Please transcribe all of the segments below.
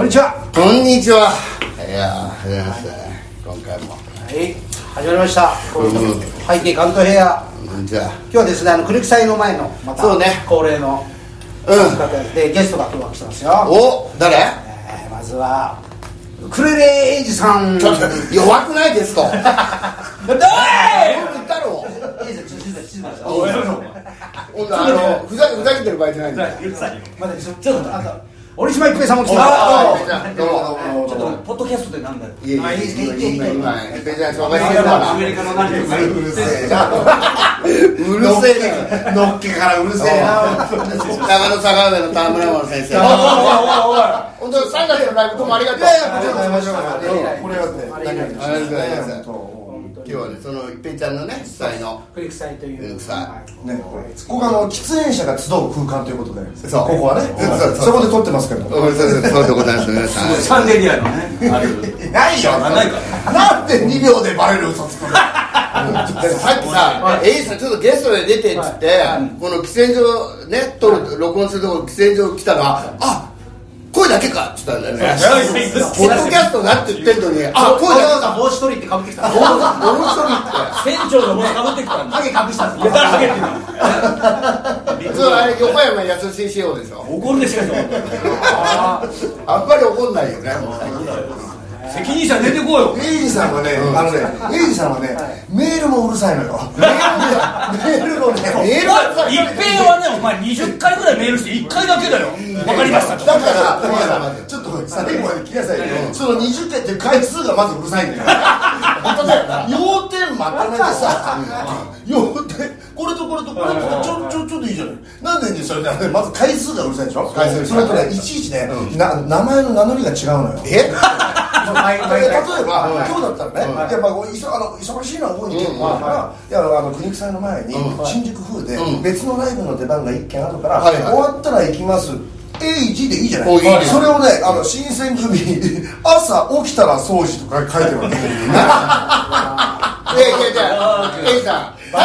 にちは。 こんにちは。いやー、始めましたね。今回も。 はい、始まりました。背景関東平野。 こんにちは。 今日はですね、国木祭の前のまたそうね恒例のでゲストが今日は来てますよ。 お、誰？ まずはウクレレエイジさん。 ちょっと弱くないですと。 だい。 言ったろ。 エイジさん、静かに。 おい、ふざけてる場合じゃないんだよ。 まだちょっとあんた。折島一平さんも来てます。 どうも。 ちょっとポッドキャストでなんだよ。 いやいや、今一平ちゃん紹介してるアメリカの何ですか。 うるせえな。うるせえな。のっけからうるせえな。長野坂上の田村丸先生。本当3月のライブどうもありがとう。 これは今日はね、その一平ちゃんのね、主催の国木祭というこここが喫煙者が集う空間ということで、 そうここはね、そこで撮ってますけども。 そうでございます皆さん。 シャンデリアのね、あるないよ。 ないかなんで2秒でバレる嘘つくの。 さっきさ、エイジさんちょっとゲストで出てっつって、この喫煙所ね、録音するところ喫煙所来たら、あ、声だけかって言ったんだよね。ポッドキャストだって言ってんのに、あ、声だけか。 帽子取りってかぶってきた。 帽子取りって。 船長の帽子かぶってきたんだ。 ハゲ隠したんです。 ハゲって普通あれ横山やすし仕様でしょ。 怒るでしょ。 あんまり怒んないよね。 責任者出てこいよ。 エイジさんはね、エイジさんはね、メールもうるさいのよ。メールのね、 一平はね、お前20回ぐらいメールして1回だけだよ。わかりました。 だからちょっと最後まで聞きなさいよ。その20回って回数がまずうるさいんだよ。本当だよ。要点まとめてさ、要点これとこれとこれとちょっといいじゃない。なんでそれでまず回数がうるさいでしょ。それとね、いちいちね、名前の名乗りが違うのよ。例えば今日だったらね、やっぱ忙しいのは多いんだから、国木祭の前に新宿風で別のライブの出番が1件あるから終わったら行きますエイジでいいじゃない。それをね、新選組朝起きたら掃除とか書いてるわけ。 エイジさん、カ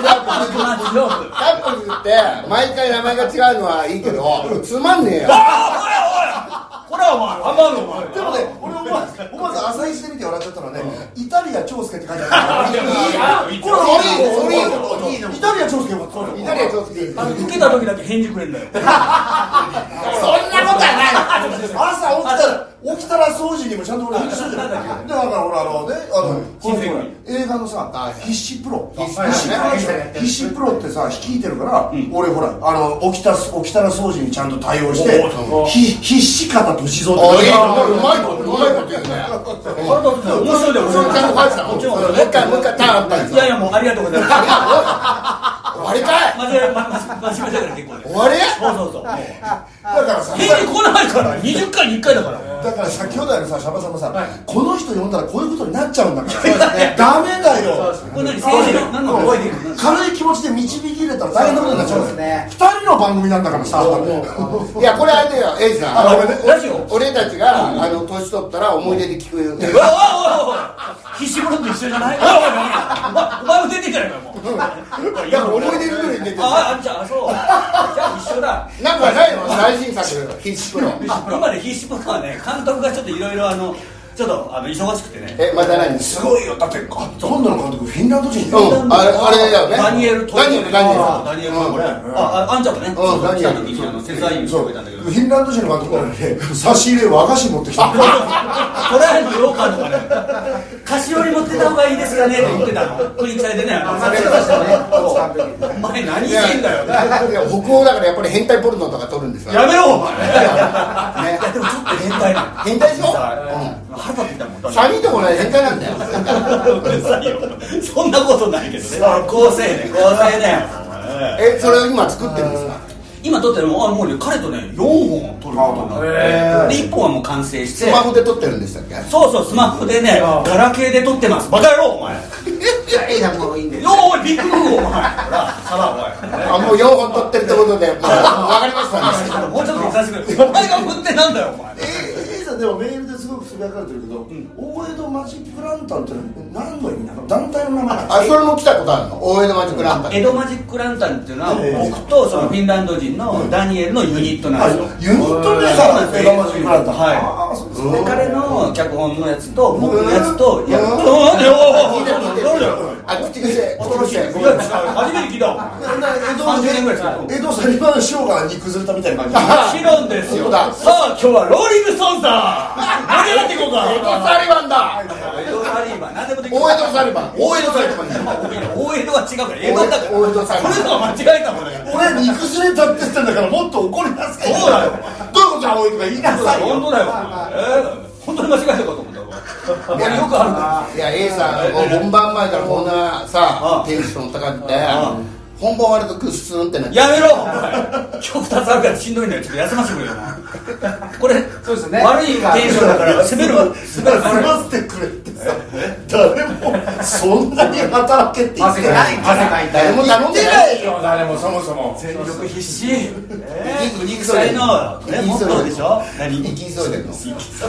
ップルって毎回名前が違うのはいいけど、つまんねえよ。 これはお前、ハンバーグお前。 でもね、俺思わず朝一で見て笑っちゃったのはね、イタリア長介って書いてある。これいいの。イタリア長介よかった。 イタリア長介いい。 受けた時だけ返事くれんだよ。 そんなことはない。 朝起きたら掃除にもちゃんと俺返事するじゃない。だから俺映画のさ、必死プロってさ率いてるから、俺ほら起きたら掃除にちゃんと対応して必死方歳三って。 うまいこと言うね。 面白いで、面白い。 ちゃんと書いてたの。もう一回ターンあった。 いやいや、もうありがとうございます。 終わりかい。 真面目だから結構ね。 終わり？ そう。 だからさ、 返事来ないから20回に1回だから。 だから先ほどのさ、シャバさんもさ、この人呼んだらこういうことになっちゃうんだからダメだよ。 これ何政治の何の覚えている？ 軽い気持ちで導き入れたら大変なことになっちゃうんですね。2人の番組なんだからさ。 いやこれあれだよ、エイジさん。 ラジオ。俺たちが年取ったら思い出で聞く。 必死プロと一緒じゃない？お前も出てんじゃないかもう。 いや思い出作りに出てる。 じゃあそう。じゃあ一緒だ。 なんかないの？最新作必死プロ。 今ね必死プロはね、監督がちょっといろいろちょっと忙しくてね。 また何？ すごいよ。だって今度の監督フィンランド人。 あれだよね。 ダニエルこれ。あんちゃんもね。 ダニエル時に手伝いにしてくれたんだけど。 フィンランド人の監督がね、差し入れ和菓子持ってきた。 これはの羊羹とかね。菓子折り持ってた方がいいですかねって言ってたの。国木祭でね。お前何してんだよ。 北欧だからやっぱり変態ポルノとか撮るんですよ。 やめろお前。いやでもちょっと変態な。 変態でしょ？ 腹立ってきたもん。 3人ともね変態なんだよ。 そんなことないけどね。構成ね。 それを今作ってるんですか？ 今撮ってるのもうね、彼とね4本撮ることになって、1本はもう完成して。 スマホで撮ってるんでしたっけ？ そうスマホでね、ガラケーで撮ってます。バカ野郎お前。 エイジさんもいいんで。 おいビッグブーお前。ほらサバお前。 もう4本撮ってるってことで分かりましたね。 もうちょっとさせてくれ。お前が振ってなんだよお前。 エイジさんでもメールですごくび分かれてるけど、大江戸マジックランタンって何の意味なの？団体の名前なの？ あ、それも来たことあるの？大江戸マジックランタン。 江戸マジックランタンっていうのは僕とそのフィンランド人のダニエルのユニットなんですよ。 ユニットで江戸マジックランタン。 はい。で彼の脚本のやつと僕のやつと聞いてる。あ、口癖初めて聞いた。30年ぐらい江戸サリバン師匠が煮崩れたみたいな感じ。 もちろんですよ。さあ今日はローリングストーンさん盛り上がっていこうか。 江戸サリバンだ。 江戸サリバン何でもできる。 大江戸サリバン。大江戸サリバン。 大江戸は違うから江戸だから。 大江戸サリバン。 これとは間違えたもんね。 俺煮崩れたって言ってんだからもっと怒りなさい。 そうだよ。 どういうことだおいとか言いなさいよ。 本当だよ。本当に間違えたかと思ったわ。いやよくある。 いや A さん本番前からこんなさテンション高くて本番終わるとクッスンってなって。 やめろ。今日2つあるからしんどいんだよ。ちょっと休ませてくれよ。これそうですね。 悪いテンションだから攻める。 休ませてくれってさ、誰もそんなに働けって言ってないから。 誰も頼んでないよ。 誰もそもそも全力必死。 行きそれのねもっとでしょ。 何行き急いでるの？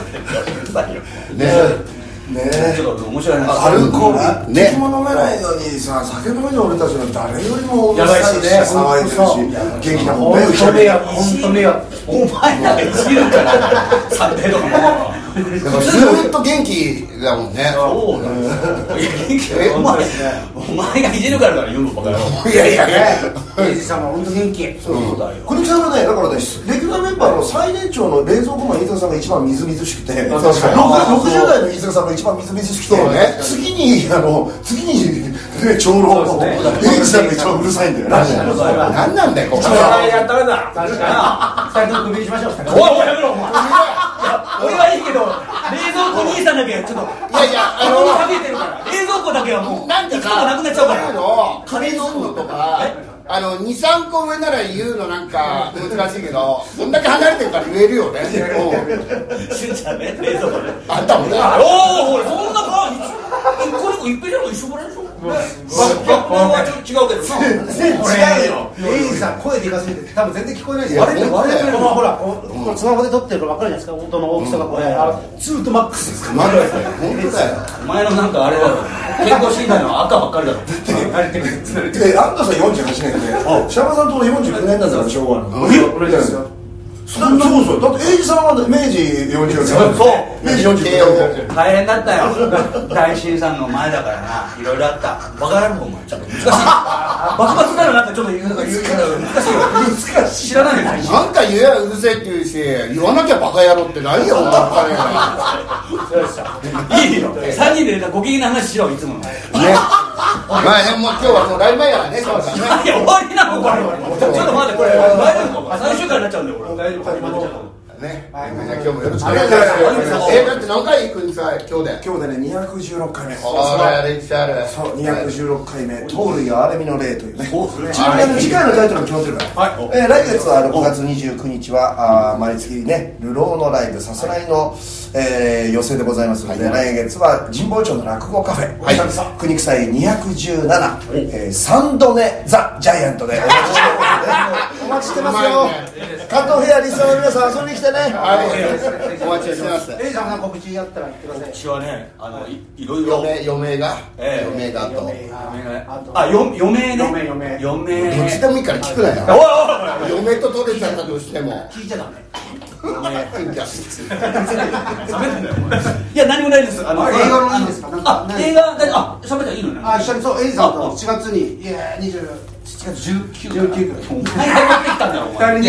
ねえ、 ちょっと面白い話。 アルコールね敵も飲めないのにさ、酒飲める俺たちの誰よりもやばいしね騒いでるし元気なもんね。 本当迷惑、本当迷惑。 お前なんかいじるから三平とかもずーっと元気だもんね。 そうなんですよ。お前がいじるから言うのバカ野郎。 いやいやいや。 エイジさんは本当元気。 そうだよ。 国木さんはね、だからね、レギュラーメンバーの最年長の冷蔵庫マン飯塚さんが一番みずみずしくて、 確かに 60代の飯塚さんが一番みずみずしくて、 そうね次に長老のエイジさんが一番うるさいんだよね。 何なんだよここ。 やったらだ。 確かに。2人ともクビにしましょう。 おいやめろお前。俺はいいけど冷蔵庫兄さんだけちょっといやいやここにかけてるから冷蔵庫だけはもうなんか行くとこなくなっちゃうから。 壁飲むのとか2,3個上なら言うのなんか難しいけどこんだけ離れてるから言えるよね。 しゅんちゃんね冷蔵庫ね。 あんたもね。 おおそんなか一個一個いっぺんじゃ一緒ぐらいでしょ。学年は違うけどな。 違うよ。 エイジさん声でかすぎて多分全然聞こえないですよ。 割れてる割れてる。 ほらこのスマホで撮ってるの分かるじゃないですか。音の大きさがこれツーとマックスですから。 本当だよ。 お前のなんかあれだろ健康診断の赤ばっかりだろ。 で、あんたさん48年で、シャバさんと49年だから昭和の。 同じですよ。 そうだってエイジさんは明治40年。 そう明治40年。 大変だったよ。大震災の前だからないろいろあった。バカ野郎お前ちょっと難しい。バツバツならなんかちょっと言う難しいよ。難しい。知らないよ。 なんか言えばうるせえって言うし言わなきゃバカ野郎ってないよ。 いいよ。3人でご機嫌な話しよういつもの。ね。 まあでも今日はもうライブ前やからね。そうだね。 いや終わりなのこれ。ちょっと待ってこれ大丈夫か。最終回になっちゃうんだよこれ。大丈夫始まっちゃう。 ね、じゃあ今日もよろしくお願いします。だって何回行くんですか今日で。 今日でね216回目。 あら歴史ある。 そう216回目。盗塁が荒れみの例というね。ちなみに次回のタイトルが決まってるから。来月は6月29日は毎月ね流浪のライブさすらいの予選でございますので、来月は神保町の落語カフェ国草井217サンドネザ・ジャイアントでお待ちしてますよ。関東フェアリスナーの皆さん遊びに来てね。 お待ちしてます。 エイジさん告知やったら言ってください。 私はねいろいろ余命がと。 余命ね。 どっちでもいいから聞くなよ。余命と取れちゃったとしても聞いちゃダメ。 いや何もないです。映画のいいですか。映画喋ったらいいのね。 一緒にそうエイジさんと7月に7月19 お前が持ってきたんだよお前。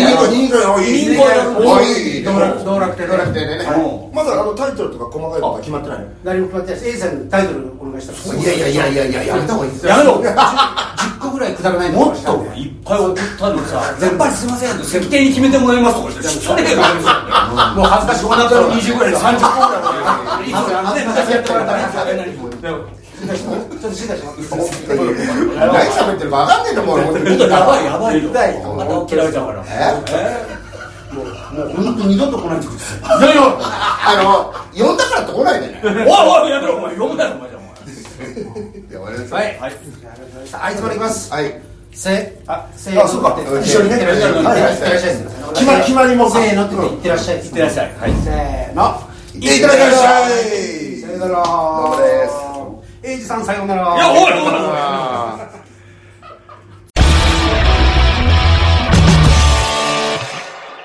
道楽亭でね。 まだタイトルとか細かいことは決まってないの。 何も決まってないです。エイジさんにタイトルお願いしたら。 いややめた方がいいですよ。 やめろ。 10個ぐらいくだらないの。 もっといっぱい送ったのさ、やっぱりすいませんと設定に決めてもらいますとか言って、もう恥ずかしくなったら20ぐらいで30個ぐらい。昔やってもらったらちょっと静かにします。 何喋ってるか分かんねえと思うよ。 やばいよ。また切られちゃうから。 もう本当二度と来ないでください。 いやいや呼んだからって来ないでね。 おいやめろお前呼ぶなよお前じゃお前。 はい。あいつまで行きます。 はい。 せそうか一緒にね。 いってらっしゃい。 決まりもせーのって言ってらっしゃい。 いってらっしゃい。 せーの。 いってらっしゃい。 さよなら。 どうもです。 エイジさんさよなら。 いや、おいおいおい。